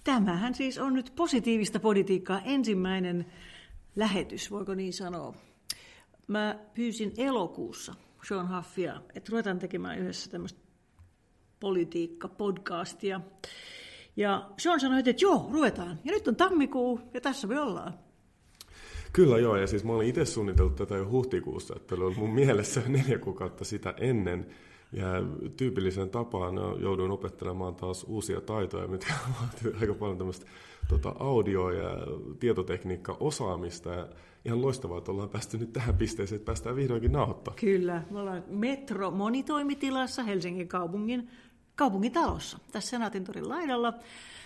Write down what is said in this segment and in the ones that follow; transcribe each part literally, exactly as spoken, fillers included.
Tämähän siis on nyt positiivista politiikkaa, ensimmäinen lähetys, voiko niin sanoa. Mä pyysin elokuussa Sean Huffia, että ruvetaan tekemään yhdessä tämmöistä politiikka-podcastia. Ja Sean sanoi, että joo, ruvetaan. Ja nyt on tammikuu ja tässä me ollaan. Kyllä joo, ja siis mä olin itse suunnitellut tätä jo huhtikuussa, että oli mun mielessä neljä kuukautta sitä ennen. Ja tyypilliseen tapaan jouduin opettelemaan taas uusia taitoja, mitkä vaativat aika paljon tämmöistä tota, audio- ja tietotekniikka-osaamista. Ja ihan loistavaa, että ollaan päästy nyt tähän pisteeseen, että päästään vihdoinkin nauhoittamaan. Kyllä, me ollaan Metro monitoimitilassa Helsingin kaupungin kaupungintalossa, tässä Senaatintorin laidalla.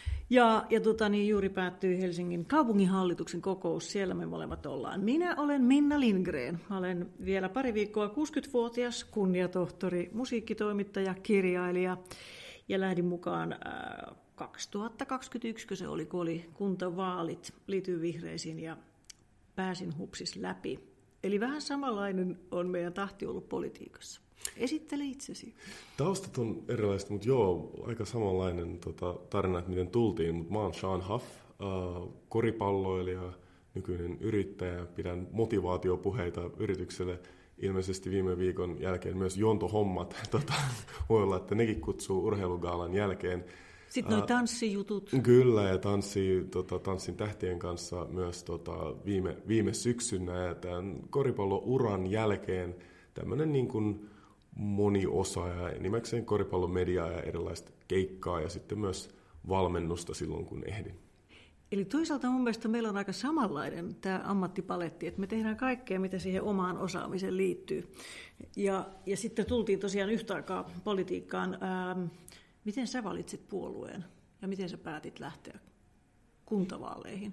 Ja, ja tota, niin juuri päättyi Helsingin kaupunginhallituksen kokous, siellä me molemmat ollaan. Minä olen Minna Lindgren, olen vielä pari viikkoa kuusikymmentävuotias, kunniatohtori, musiikkitoimittaja, kirjailija. Ja lähdin mukaan äh, kaksituhattakaksikymmentäyksi, kun se oli, kun oli kuntavaalit, liityin vihreisiin ja pääsin hupsis läpi. Eli vähän samanlainen on meidän tahti ollut politiikassa. Esittele itsesi. Taustat on erilaiset, mutta joo, aika samanlainen tota, tarina, että miten tultiin. Mutta mä oon Sean Huff, äh, koripalloilija, nykyinen yrittäjä. Pidän motivaatiopuheita yritykselle. Ilmeisesti viime viikon jälkeen myös jontohommat. Tota, voi olla, että nekin kutsuu urheilugaalan jälkeen. Sitten nuo tanssijutut. Kyllä, ja tanssi, tota, tanssin tähtien kanssa myös tota, viime, viime syksynä. Ja tämän koripallouran jälkeen tämmöinen niin kuin moniosaaja, enimmäkseen koripallomediaa ja erilaista keikkaa ja sitten myös valmennusta silloin, kun ehdin. Eli toisaalta mun mielestä meillä on aika samanlainen tämä ammattipaletti, että me tehdään kaikkea, mitä siihen omaan osaamiseen liittyy. Ja, ja sitten tultiin tosiaan yhtä aikaa politiikkaan. Ähm, miten sä valitsit puolueen ja miten sä päätit lähteä kuntavaaleihin?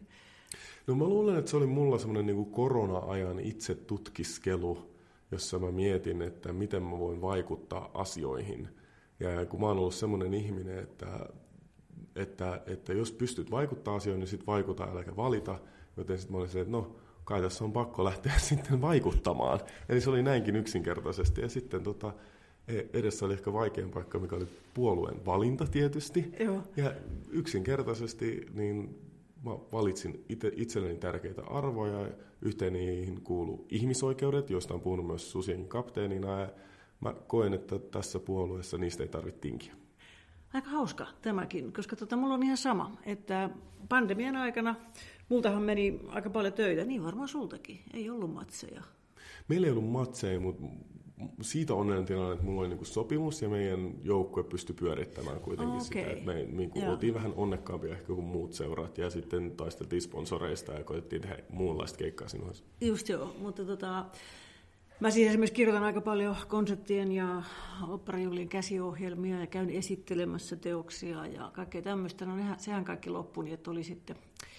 No mä luulen, että se oli mulla semmoinen niin kuin korona-ajan itse tutkiskelu, jossa mä mietin, että miten mä voin vaikuttaa asioihin. Ja kun mä oon ollut semmoinen ihminen, että, että, että jos pystyt vaikuttaa asioihin, niin sit vaikuta, äläkä valita. Joten sitten mä olin se, että no, kai tässä on pakko lähteä sitten vaikuttamaan. Eli se oli näinkin yksinkertaisesti. Ja sitten tota, edessä oli ehkä vaikein paikka, mikä oli puolueen valinta tietysti. Joo. Ja yksinkertaisesti niin mä valitsin itse, itselleni tärkeitä arvoja. Yhteen niihin kuuluu ihmisoikeudet, joista on puhunut myös Susien kapteenina. Ja mä koen, että tässä puolueessa niistä ei tarvitse tinkiä. Aika hauska tämäkin, koska tota, mulla on ihan sama, että pandemian aikana multahan meni aika paljon töitä, niin varmaan sultakin, ei ollut matseja. Meillä ei ollut matseja, mutta siitä onnellinen tilanne, että mulla oli niinku sopimus ja meidän joukkue pystyi pyörittämään kuitenkin okay. sitä. Että me niinku oltiin vähän onnekkaampia ehkä kuin muut seurat ja sitten taisteltiin sponsoreista ja koettiin tehdä muunlaista keikkaa siinä vaiheessa. Just joo, mutta tota, mä siis esimerkiksi kirjoitan aika paljon konserttien ja oopperajuhlien käsiohjelmia ja käyn esittelemässä teoksia ja kaikkea tämmöistä. No nehän, sehän kaikki loppui niin, että oli sitten...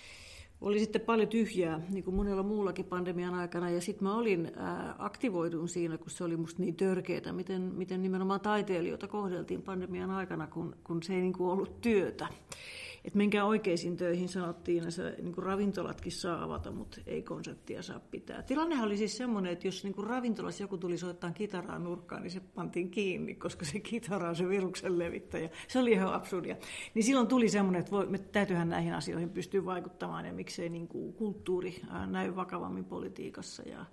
Oli sitten paljon tyhjää, niin kuin monella muullakin pandemian aikana, ja sitten mä olin ää, aktivoidun siinä, kun se oli musta niin törkeetä, miten, miten nimenomaan taiteilijoita kohdeltiin pandemian aikana, kun, kun se ei niin kuin ollut työtä. Että menkää oikeisiin töihin, sanottiin, että se, niin kuin ravintolatkin saa avata, mutta ei konserttia saa pitää. Tilannehan oli siis semmoinen, että jos niin kuin ravintolassa joku tuli soittaa kitaraa nurkkaan, niin se pantiin kiinni, koska se kitara on se viruksen levittäjä. Se oli ihan absurdia. Niin silloin tuli semmoinen, että voi, me täytyyhän näihin asioihin pystyä vaikuttamaan, ja miksei niin kuin kulttuuri näy vakavammin politiikassa. Ja,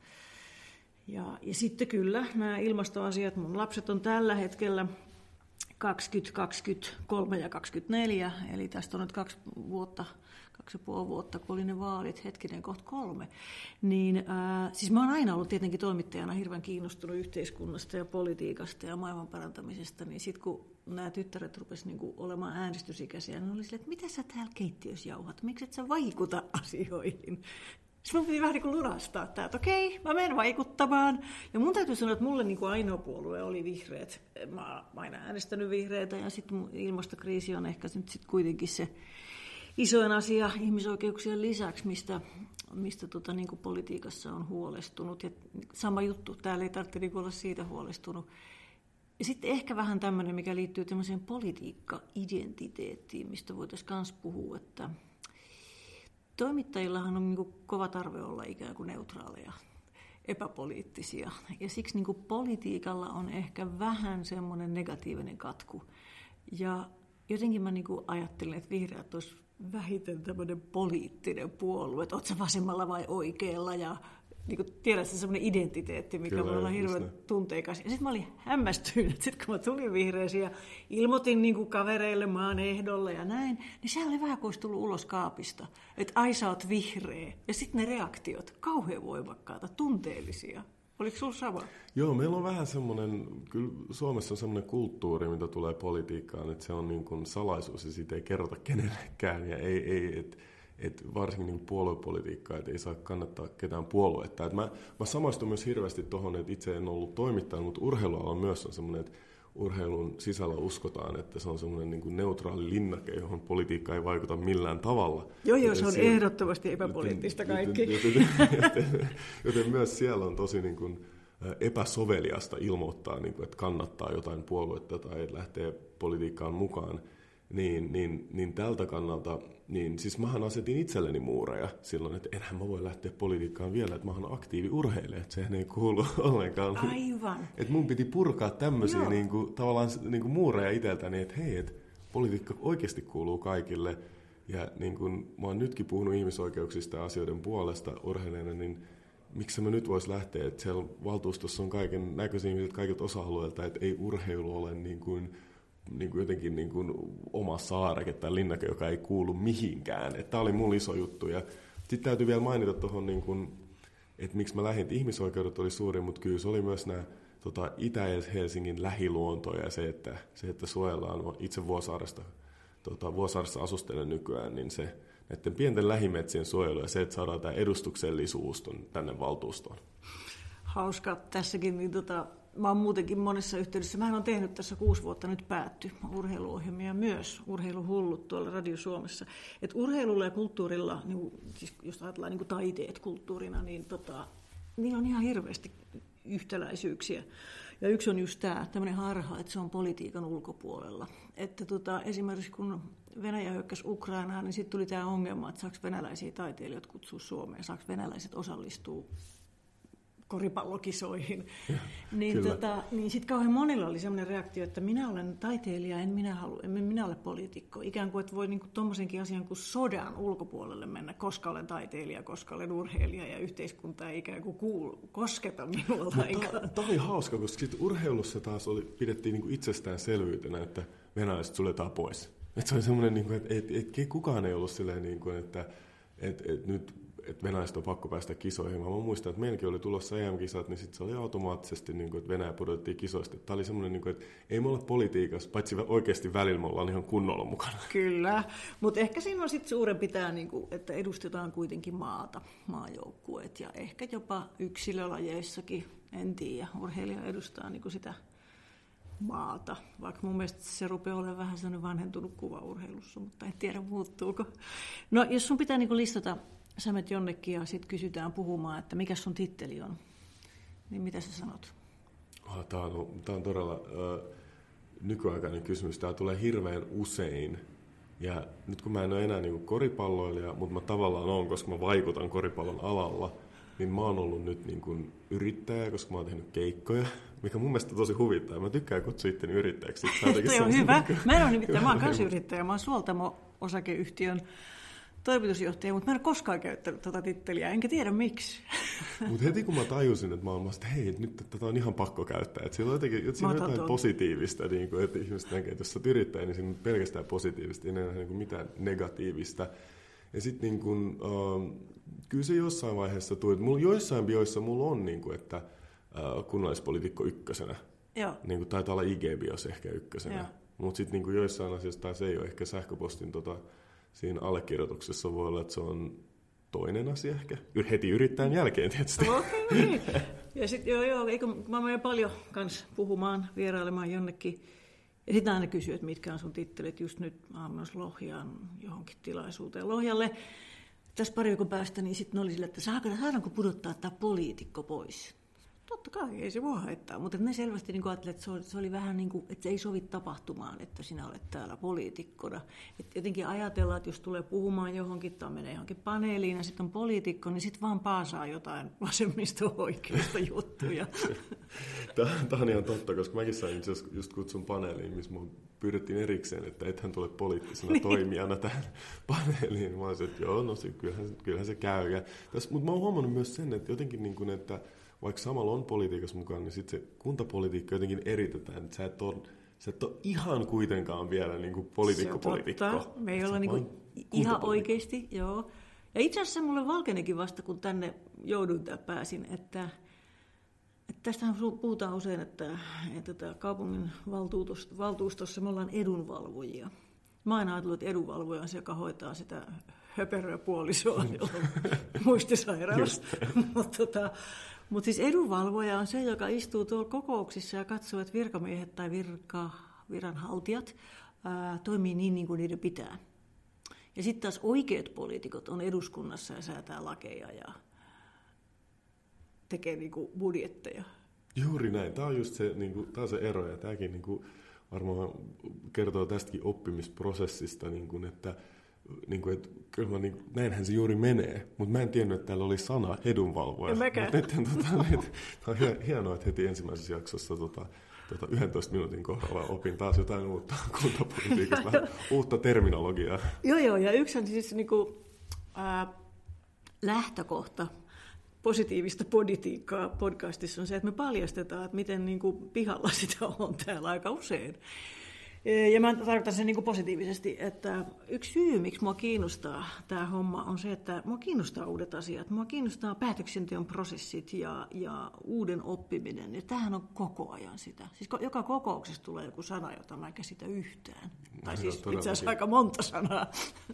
ja, ja sitten kyllä nämä ilmastoasiat, mun lapset on tällä hetkellä kaksikymmentä, kaksikymmentäkolme ja kaksikymmentäneljä, eli tästä on nyt kaksi vuotta, kaksi ja puoli vuotta, kun oli ne vaalit, hetkinen kohta kolme. Niin, ää, siis mä oon aina ollut tietenkin toimittajana hirveän kiinnostunut yhteiskunnasta ja politiikasta ja maailman parantamisesta, niin sitten kun nämä tyttäret rupesivat niinku olemaan äänestysikäisiä, niin oli silleen, että mitä sä täällä keittiössä jauhat, miksi et sä vaikuta asioihin? Sitten mun piti vähän niin kuin lunastaa tämä, että okei, mä menen vaikuttamaan. Ja mun täytyy sanoa, että mulle niin kuin ainoa puolue oli vihreät. Mä oon aina äänestänyt vihreitä ja sitten ilmastokriisi on ehkä nyt sitten kuitenkin se isoin asia ihmisoikeuksien lisäksi, mistä, mistä tota, niin kuin politiikassa on huolestunut. Ja sama juttu, täällä ei tarvitse niin kuin olla siitä huolestunut. Ja sitten ehkä vähän tämmöinen, mikä liittyy tämmöiseen politiikka-identiteettiin, mistä voitaisiin myös puhua, että toimittajillahan on niin kuin kova tarve olla ikään kuin neutraaleja, epäpoliittisia. Ja siksi niin kuin politiikalla on ehkä vähän semmoinen negatiivinen katku. Ja, jotenkin mä niin kuin ajattelin, että vihreät olisi vähiten tämmöinen poliittinen puolue, että oot sä vasemmalla vai oikealla ja niin kuin tiedät, se semmoinen identiteetti, mikä Kyllä, voi olla hirveän tunteikas. Ja sitten mä olin hämmästynyt, että sitten kun mä tulin vihreisiin ja ilmoitin niin kuin kavereille maan ehdolle ja näin, niin se oli vähän kuin olisi tullut ulos kaapista, että ai sä oot vihreä. Ja sitten ne reaktiot, kauhean voimakkaita, tunteellisia. Oliko sulla sama? Joo, meillä on vähän semmoinen, kyllä Suomessa on semmoinen kulttuuri, mitä tulee politiikkaan, että se on niin kuin salaisuus ja siitä ei kerrota kenellekään ja ei, ei että et varsinkin niin puoluepolitiikkaa, että ei saa kannattaa ketään puoluetta. Et mä, mä samaistun myös hirveästi tuohon, että itse en ollut toimittaja, mutta urheiluala myös on semmoinen, että urheilun sisällä uskotaan, että se on semmoinen niin kuin neutraali linnake, johon politiikka ei vaikuta millään tavalla. Joo, joo, se on siellä, ehdottomasti epäpoliittista kaikki. Joten, joten, joten, joten myös siellä on tosi niin kuin epäsoveliasta ilmoittaa, niin kuin, että kannattaa jotain puoluetta tai lähtee politiikkaan mukaan. Niin, niin, niin tältä kannalta, niin siis mähän asetin itselleni muureja silloin, että enhän mä voi lähteä politiikkaan vielä, että mähän aktiiviurheilija, että sehän ei kuulu ollenkaan. Aivan. Että mun piti purkaa tämmöisiä niin kuin, tavallaan niin kuin muureja itseltäni, että hei, että politiikka oikeasti kuuluu kaikille. Ja niin kuin mä oon nytkin puhunut ihmisoikeuksista ja asioiden puolesta urheilijana, niin miksi mä nyt vois lähteä, että siellä valtuustossa on kaiken näköisiä ihmiset kaikilta osa-alueilta, että ei urheilu ole niin kuin niin kuin jotenkin niin kuin oma saareke tai linnake, joka ei kuulu mihinkään. Tämä oli mun iso juttu. Ja sitten täytyy vielä mainita tuohon, niin kuin, että miksi mä lähdin. Ihmisoikeudet oli suuri, mutta kyllä se oli myös nämä tota, Itä-Helsingin lähiluonto ja se, että, se, että suojellaan itse Vuosaaresta, tota, Vuosaaressa asustelen nykyään, niin se näiden pienten lähimetsien suojelu ja se, että saadaan tämä edustuksellisuus tänne valtuustoon. Hauska tässäkin, niin tota, mä oon muutenkin monessa yhteydessä, mä oon tehnyt tässä kuusi vuotta nyt päätty urheiluohjelmia myös, urheiluhullut tuolla Radio Suomessa. Että urheilulla ja kulttuurilla, niin, siis jos ajatellaan niin kuin taiteet kulttuurina, niin tota, niillä on ihan hirveästi yhtäläisyyksiä. Ja yksi on just tämä, tämmöinen harha, että se on politiikan ulkopuolella. Että tota, esimerkiksi kun Venäjä hyökkäsi Ukrainaan, niin sitten tuli tämä ongelma, että saako venäläisiä taiteilijoita kutsua Suomeen, saako venäläiset osallistua koripallokisoihin, ja, niin, tota, niin sitten kauhean monilla oli sellainen reaktio, että minä olen taiteilija, en minä, halu, en minä ole poliitikko. Ikään kuin, että voi niinku tuommoisenkin asian kuin sodan ulkopuolelle mennä, koska olen taiteilija, koska olen urheilija ja yhteiskunta ei ikään kuin kuulu, kosketa minua lainkaan. Tämä oli hauska, koska sit urheilussa taas oli, pidettiin niinku itsestäänselvyytenä, että venäläiset suljetaan pois. Et se oli semmoinen, niinku, että et, et, et, kukaan ei ollut silleen, niinku, että et, et nyt että venäläiset on pakko päästä kisoihin. Mä muistan, että meilläkin oli tulossa E M-kisat, niin sitten se oli automaattisesti, niin kuin, että Venäjä pudotettiin kisoista. Tämä oli semmoinen, niin kuin, että ei me olla politiikassa, paitsi oikeasti välillä me ollaan ihan kunnolla mukana. Kyllä, mutta ehkä siinä on sitten suurempi tämä, niin kuin, että edustetaan kuitenkin maata, maajoukkueet ja ehkä jopa yksilölajeissakin, en tiedä, urheilija edustaa niin kuin sitä maata, vaikka mun mielestä se rupeaa olemaan vähän sellainen vanhentunut kuva urheilussa, mutta en tiedä muuttuuko. No jos sun pitää niin kuin listata, sä menet jonnekin ja sitten kysytään puhumaan, että mikä sun titteli on, niin mitä sä sanot? Oh, tämä on, tämä on todella äh, nykyaikainen kysymys. Tämä tulee hirveän usein. Ja nyt kun mä en ole enää niin kuin koripalloilija, mutta mä tavallaan olen, koska mä vaikutan koripallon alalla, niin mä oon ollut nyt niin kuin yrittäjä, koska mä oon tehnyt keikkoja, mikä mun mielestä on tosi huvittaa. Mä tykkään kutsua itteni yrittäjäksi. Tämä on hyvä. Mä en ole nimittäin, mä oon kanssa yrittäjä. Mä oon Suoltamo-osakeyhtiön toimitusjohtaja, mutta mä en ole koskaan käyttänyt tuota titteliä, enkä tiedä miksi. Mutta heti kun mä tajusin, että mä oon että hei, nyt tätä on ihan pakko käyttää. Että siinä on jotenkin, että siinä on jotain positiivista, niin kuin, että ihmiset näkee, että jos sä yrittäjä, niin siinä on pelkästään positiivista, ei enää niin mitään negatiivista. Ja sitten niin kuin, äh, kyllä se jossain vaiheessa tuli, että mulla, joissain bioissa mulla on, niin kuin, että äh, kunnallispoliitikko ykkösenä. Joo. Niin kuin taitaa olla I G-bios ehkä ykkösenä. Mutta sitten niin kuin joissain asioissa taas ei ole ehkä sähköpostin tota, siinä allekirjoituksessa voi olla, että se on toinen asia ehkä. Heti yrittäjän jälkeen tietysti. Okei, okay, niin. Ja sitten joo, joo, eikö, mä menen paljon kans puhumaan, vierailemaan jonnekin. Ja sitten aina kysyy, että mitkä on sun tittelit. Just nyt mä oon myös Lohjaan johonkin tilaisuuteen Lohjalle. Tässä pari viikon päästä, niin sitten oli sille, että saadaanko pudottaa tämä poliitikko pois. Totta kai, ei se mua haittaa, mutta ne selvästi niin ajattelivat, että se oli, se oli vähän niin kuin, että se ei sovi tapahtumaan, että sinä olet täällä poliitikkona. Että jotenkin ajatellaan, että jos tulee puhumaan johonkin tai menee johonkin paneeliin ja sitten on poliitikko, niin sitten vaan paasaa jotain vasemmista-oikeista juttuja. Tämä on ihan totta, koska mäkin sain just kutsun paneeliin, missä mun pyydettiin erikseen, että ethän tule poliittisena toimijana tähän paneeliin. Mä olisin, että joo, no kyllähän, kyllähän se käy. Ja tässä, mutta mä oon huomannut myös sen, että jotenkin niin kuin, että vaikka samalla on politiikassa mukaan, niin sitten se kuntapolitiikka jotenkin eritetään. Että sä et ole, sä et ole ihan kuitenkaan vielä niin kuin poliitikko-poliitikko. Se on totta. Me ei olla niin kuin ihan oikeasti, joo. Ja itse asiassa mulle valkenikin vasta, kun tänne jouduin tai pääsin, että, että tästähän puhutaan usein, että, että kaupungin valtuustossa me ollaan edunvalvojia. Mä aina ajatellut, että edunvalvoja on se, joka hoitaa sitä höperöä puolisoa, jolla on muistisairaus. Mutta tota, Mutta siis edunvalvoja on se, joka istuu tuolla kokouksissa ja katsoo, että virkamiehet tai virka, viranhaltijat ää, toimii niin, niin kuin niiden pitää. Ja sitten taas oikeat poliitikot on eduskunnassa ja säätää lakeja ja tekee niin kuin budjetteja. Juuri näin. Tämä on just se, niin kuin, tämä on se ero ja tämäkin niin kuin, varmaan kertoo tästäkin oppimisprosessista, niin kuin, että Niin kuin, että, kyllä mä, niin, näinhän se juuri menee, mutta mä en tiennyt, että täällä oli sana edunvalvoja. Nyt, tota, nyt, on hienoa, että heti ensimmäisessä jaksossa tota, tota, yhdentoista minuutin kohdalla opin taas jotain uutta kuntapolitiikasta, vähän uutta terminologiaa. Joo, joo, ja yksi on siis niin kuin, ää, lähtökohta positiivista politiikkaa podcastissa on se, että me paljastetaan, että miten niin kuin, pihalla sitä on täällä aika usein. Ja mä tarkoitan sen niin kuin positiivisesti, että yksi syy, miksi mua kiinnostaa tämä homma, on se, että mua kiinnostaa uudet asiat. Mua kiinnostaa päätöksenteon prosessit ja, ja uuden oppiminen. Ja tämähän on koko ajan sitä. Siis joka kokouksessa tulee joku sana, jota mä en käsitä yhtään. No, tai siis itse asiassa aika monta sanaa.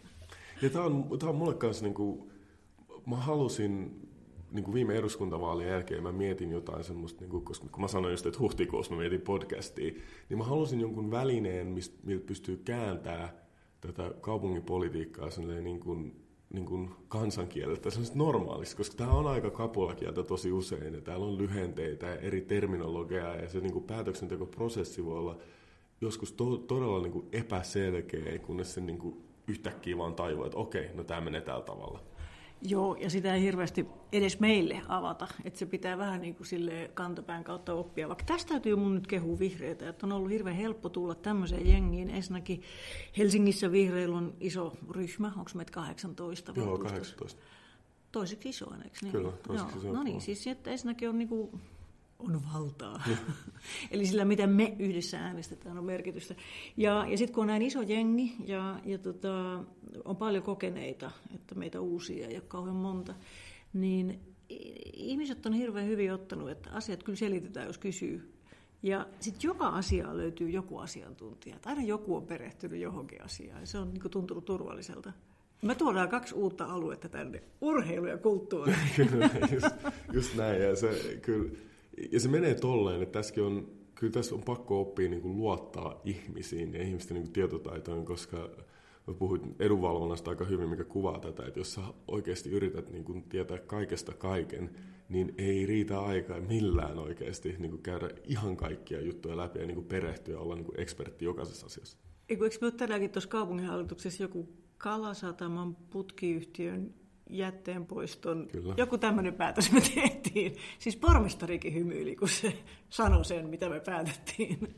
Ja tämä on, tämä on mulle kanssa, niin kuin, mä halusin niin kuin viime eduskuntavaalien jälkeen mä mietin jotain semmoista, niin kuin, koska kun mä sanoin just, että huhtikuussa mä mietin podcastia, niin mä halusin jonkun välineen, millä pystyy kääntämään tätä kaupungipolitiikkaa niin kuin, niin kuin kansankieleltä semmoista normaalista, koska tämä on aika kapulakieltä tosi usein, ja täällä on lyhenteitä ja eri terminologiaa, ja se niin kuin päätöksentekoprosessi voi olla joskus to- todella niin kuin epäselkeä, kunnes se niin kuin yhtäkkiä vaan tajuaa, että okei, no tämä menee tällä tavalla. Joo, ja sitä ei hirveästi edes meille avata, että se pitää vähän niin kuin sille kantapään kautta oppia. Vaikka tästä täytyy mun nyt kehua vihreitä, että on ollut hirveän helppo tulla tämmöiseen jengiin. Ensinnäkin Helsingissä vihreillä on iso ryhmä, onko meitä kahdeksantoista? Joo, kahdeksantoista. Toiseksi iso, eikö niin? Kyllä, toiseksi iso. No niin, siis että ensinnäkin on, niin kuin, on valtaa. Eli sillä, miten me yhdessä äänestetään, on merkitystä. Ja, ja sitten kun on näin iso jengi ja, ja tota, on paljon kokeneita, että meitä uusia ei ole kauhean monta, niin ihmiset on hirveän hyvin ottanut, että asiat kyllä selitetään, jos kysyy. Ja sitten joka asiaan löytyy joku asiantuntija. Että aina joku on perehtynyt johonkin asiaan ja se on niin kuin tuntunut turvalliselta. Me tuodaan kaksi uutta aluetta tänne, urheilu ja kulttuuri. Kyllä, just, just näin. Ja se, kyllä, ja se menee tolleen, että tässäkin on, kyllä tässä on pakko oppia niin kuin luottaa ihmisiin ja ihmisten niin kuin tietotaitoon, koska mä puhuin edunvalvonnasta aika hyvin, mikä kuvaa tätä, että jos sä oikeasti yrität niin kuin tietää kaikesta kaiken, niin ei riitä aikaa millään oikeasti niin kuin käydä ihan kaikkia juttuja läpi ja niin kuin perehtyä ja olla niin kuin ekspertti jokaisessa asiassa. Eikö me ole tänäänkin tuossa kaupunginhallituksessa joku Kalasataman putkiyhtiön jätteenpoiston, Kyllä. joku tämmöinen päätös me tehtiin. Siis pormestarikin hymyili, kun se sanoi sen, mitä me päätettiin.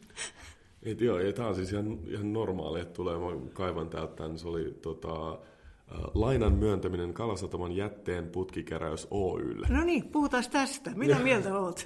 Et joo, ja tämä on siis ihan, ihan normaali, että tulee, mä kaivan täältä tämän, se oli tota, lainan myöntäminen Kalasataman jätteen putkikeräys Oy:lle. No niin, puhutaan tästä. Mitä ja, mieltä olet?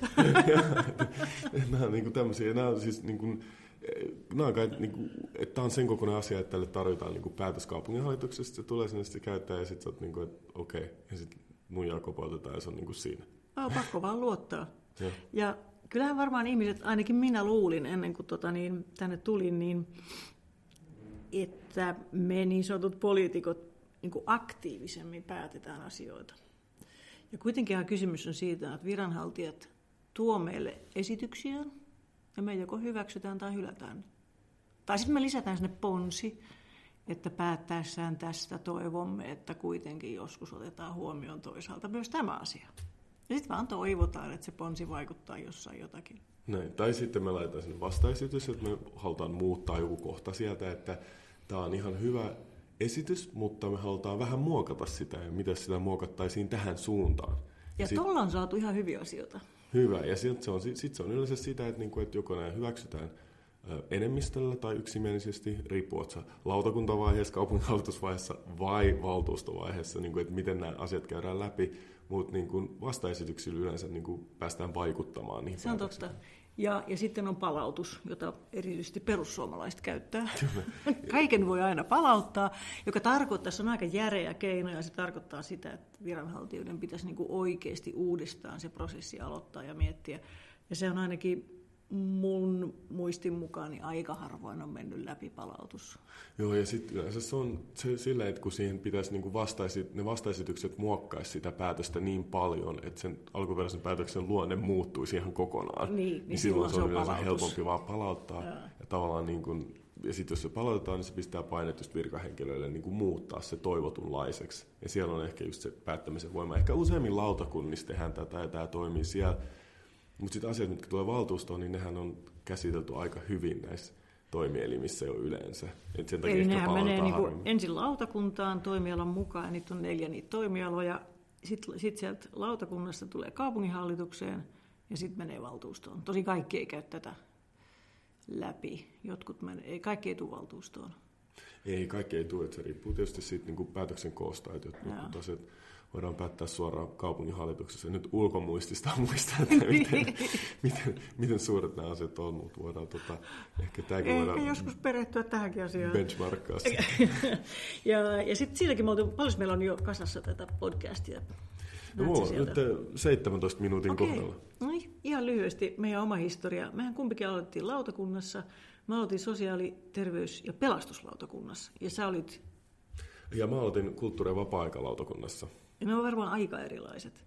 Nämä on niin kuin tämmöisiä, nämä on siis niin kuin, nämä on kai, niin kuin, että tämä on sen kokoinen asia, että tälle tarvitaan niin kuin päätös kaupunginhallituksesta, se tulee sinne, sitten käyttää ja sitten sä oot niin kuin, että okei, okay, ja sitten nuijaa kopautetaan ja se on niin kuin siinä. On pakko vaan luottaa. Ja, ja kyllähän varmaan ihmiset, ainakin minä luulin ennen kuin tota, niin, tänne tulin, niin, että me niin sanotut poliitikot niin kuin aktiivisemmin päätetään asioita. Ja kuitenkin kysymys on siitä, että viranhaltijat tuo meille esityksiä, ja me joko hyväksytään tai hylätään. Tai sitten me lisätään sinne ponsi, että päättäessään tästä toivomme, että kuitenkin joskus otetaan huomioon toisaalta myös tämä asia. Ja sitten vaan toivotaan, että se ponsi vaikuttaa jossain jotakin. Näin. Tai sitten me laitetaan sinne vastaesitys, että me halutaan muuttaa joku kohta sieltä, että tämä on ihan hyvä esitys, mutta me halutaan vähän muokata sitä ja miten sitä muokattaisiin tähän suuntaan. Ja sit, tuolla on saatu ihan hyviä asioita. Hyvä. Ja sitten se on, sit se on yleensä sitä, että, niinku, että joko nämä hyväksytään enemmistöllä tai yksimielisesti, riippuu oletko lautakuntavaiheessa, kaupunginhallitusvaiheessa vai valtuustovaiheessa, niin kuin, että miten nämä asiat käydään läpi, mutta niin vastaesityksillä yleensä niin kuin päästään vaikuttamaan niihin. Se on totta. Ja, ja sitten on palautus, jota erityisesti perussuomalaiset käyttää. Kaiken voi aina palauttaa, joka tarkoittaa, se on aika järeä keino, ja se tarkoittaa sitä, että viranhaltijoiden pitäisi niin kuin oikeasti uudestaan se prosessi aloittaa ja miettiä. Ja se on ainakin mun muistin mukaan niin aika harvoin on mennyt läpi palautus. Joo, ja sitten yleensä se on se, silleen, että kun siihen pitäisi niin kuin vastaisi, ne vastaesitykset muokkaisi sitä päätöstä niin paljon, että sen alkuperäisen päätöksen luonne muuttuisi ihan kokonaan. Niin, niin, niin silloin, silloin se on yleensä palautus. helpompi vaan palauttaa. Ja, ja tavallaan niin kuin, ja sitten jos se palautetaan, niin se pistää painetusta virkahenkilöille niin kuin muuttaa se toivotunlaiseksi. Ja siellä on ehkä just se päättämisen voima. Ehkä useammin lautakunnissa tehdään tätä ja tämä toimii siellä. Mutta sitten asiat, mitkä tulee valtuustoon, niin nehän on käsitelty aika hyvin näissä toimielimissä jo yleensä. Et sen takia Eli nehän menee niinku harvemmin. ensin lautakuntaan toimialan mukaan, ja niitä on neljä niitä toimialoja. Sitten sit sieltä lautakunnasta tulee kaupunginhallitukseen, ja sitten menee valtuustoon. Tosi kaikki ei käy tätä läpi. Jotkut menee, ei, kaikki ei tule valtuustoon. Ei, kaikki ei tule. Se riippuu tietysti siitä niin kuin päätöksen koosta, että jotkut asiat voidaan päättää suoraan kaupunginhallituksessa. Nyt ulkomuistista muistaa, että miten, miten, miten suuret nämä asiat on, mutta voidaan tota, ehkä tämäkin Ehkä voidaan joskus perehtyä tähänkin asiaan. benchmarkkaa. ja ja sitten siinäkin me oltiin, paljon meillä on jo kasassa tätä podcastia. No mulla on nyt seitsemäntoista minuutin Okei. kohdalla. No niin, ihan lyhyesti meidän oma historia. Mehän kumpikin aloitettiin lautakunnassa. Mä aloitin sosiaali-, terveys- ja pelastuslautakunnassa. Ja sä olit... Ja mä aloitin kulttuuri- ja vapaa-aikalautakunnassa. Ja ne on varmaan aika erilaiset.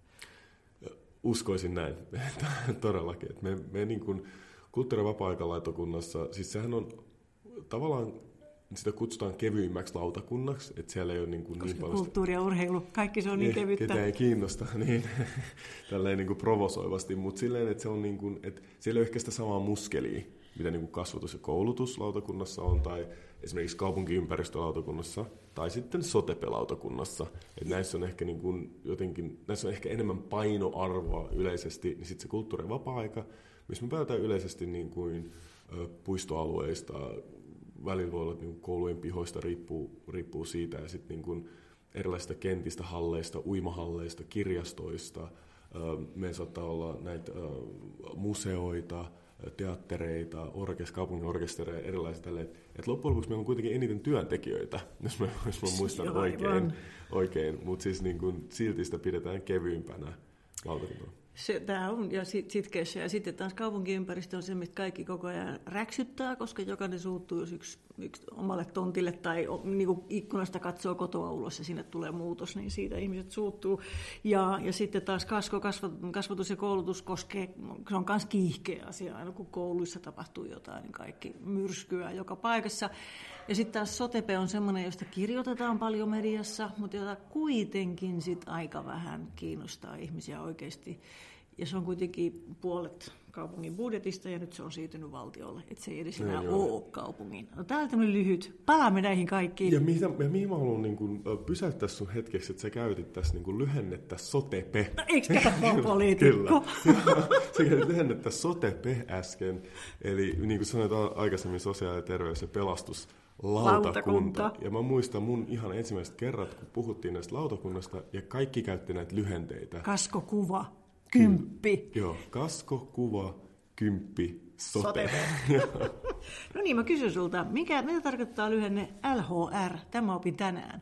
Uskoisin näin, todellakin. Että me, me niin kuin kulttuuri- ja vapaa-aikalautakunnassa, siis sehän on tavallaan, sitä kutsutaan kevyimmäksi lautakunnaksi, että siellä ei ole niin, kuin niin paljon... kulttuuri ja urheilu, kaikki se on niin kevyttä. Ketä ei kiinnosta, niin tälleen niin kuin provosoivasti, mutta silleen, että, se on niin kuin, että siellä ei ole ehkä sitä samaa muskelia, mitä niin kuin kasvatus- ja koulutuslautakunnassa on, tai esimerkiksi kaupunkiympäristölautakunnassa, tai sitten sote-lautakunnassa. Että näissä on ehkä niin kuin jotenkin, näissä on ehkä enemmän painoarvoa yleisesti, niin sitten se kulttuuri- ja vapaa-aika, missä me päätetään yleisesti niin kuin ö, puistoalueista, välillä voi olla niin kuin koulujen pihoista, riippuu, riippuu siitä, ja sitten niin kuin erilaisista kentistä, halleista, uimahalleista, kirjastoista. Meillä saattaa olla näitä museoita, teattereita, orkes, kaupungin orkestereja, erilaisia tälleen. Et loppujen lopuksi meillä on kuitenkin eniten työntekijöitä, jos mä, jos mä muistan oikein. oikein. Mutta siis niin kun silti sitä pidetään kevyimpänä lautakuntana. Tämä on ja sit, sitkeässä. Ja sitten taas kaupunkiympäristö on se, mistä kaikki koko ajan räksyttää, koska jokainen suuttuu, jos yksi, yksi omalle tontille tai niin kuin ikkunasta katsoo kotoa ulos ja sinne tulee muutos, niin siitä ihmiset suuttuu. Ja, ja sitten taas kasvo, kasvatus ja koulutus koskee, se on myös kiihkeä asia. Aina kun kouluissa tapahtuu jotain, niin kaikki myrskyää joka paikassa. Ja sitten taas sote on semmoinen, josta kirjoitetaan paljon mediassa, mutta jota kuitenkin sit aika vähän kiinnostaa ihmisiä oikeasti. Ja se on kuitenkin puolet kaupungin budjetista, ja nyt se on siirtynyt valtiolle, että se ei edes enää no, ole kaupungin. No, tämä on tämmöinen lyhyt. Palaamme näihin kaikkiin. Ja mihin, ja mihin mä haluan niin kuin, pysäyttää sun hetkeksi, että sä käytit tässä niin kuin lyhennettä sotepe. No, eikö kato poliitikko? Kyllä. Sä käytit lyhennettä sotepe äsken, eli niin kuin sanoit aikaisemmin sosiaali- ja terveys- ja pelastus. Lautakunta. Lautakunta. Ja mä muistan mun ihan ensimmäiset kerrat, kun puhuttiin näistä lautakunnasta, ja kaikki käytti näitä lyhenteitä. Kaskokuva, kymppi. Ky- joo, kasko, kuva, kymppi, sote. sote. No niin, mä kysyn sulta, mikä, mitä tarkoittaa lyhenne L H R? Tämä opin tänään.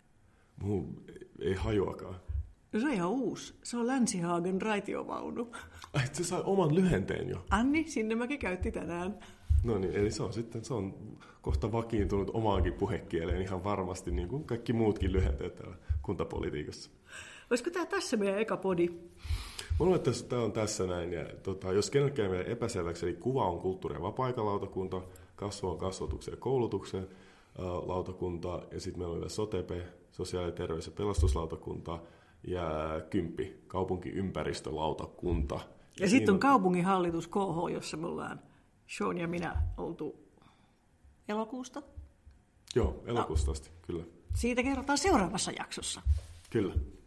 Mun ei hajuakaan. No se on ihan uusi. Se on Länsi-Haagen raitiovaunu. Ai, se sai oman lyhenteen jo. Anni Sinnemäki käytti tänään. No niin, eli se on sitten se on kohta vakiintunut omaankin puhekieleen ihan varmasti, niin kuin kaikki muutkin lyhenteet täällä kuntapolitiikassa. Olisiko tämä tässä meidän eka podi? Mä luulen, että tämä on tässä näin. Ja, tota, jos kenellekään vielä epäselväksi, eli kuva on kulttuuri- ja vapaa-aikalautakunta, kasvu on kasvatuksen ja koulutuksen ä, lautakunta, ja sitten meillä on vielä sotepe, sosiaali-, terveys- ja pelastuslautakunta, ja kymppi, kaupunkiympäristölautakunta. Ja, ja sitten on kaupunginhallitus K H, jossa me ollaan Sean ja minä oltu elokuusta. Joo, elokuusta asti, no. Kyllä. Siitä kerrotaan seuraavassa jaksossa. Kyllä.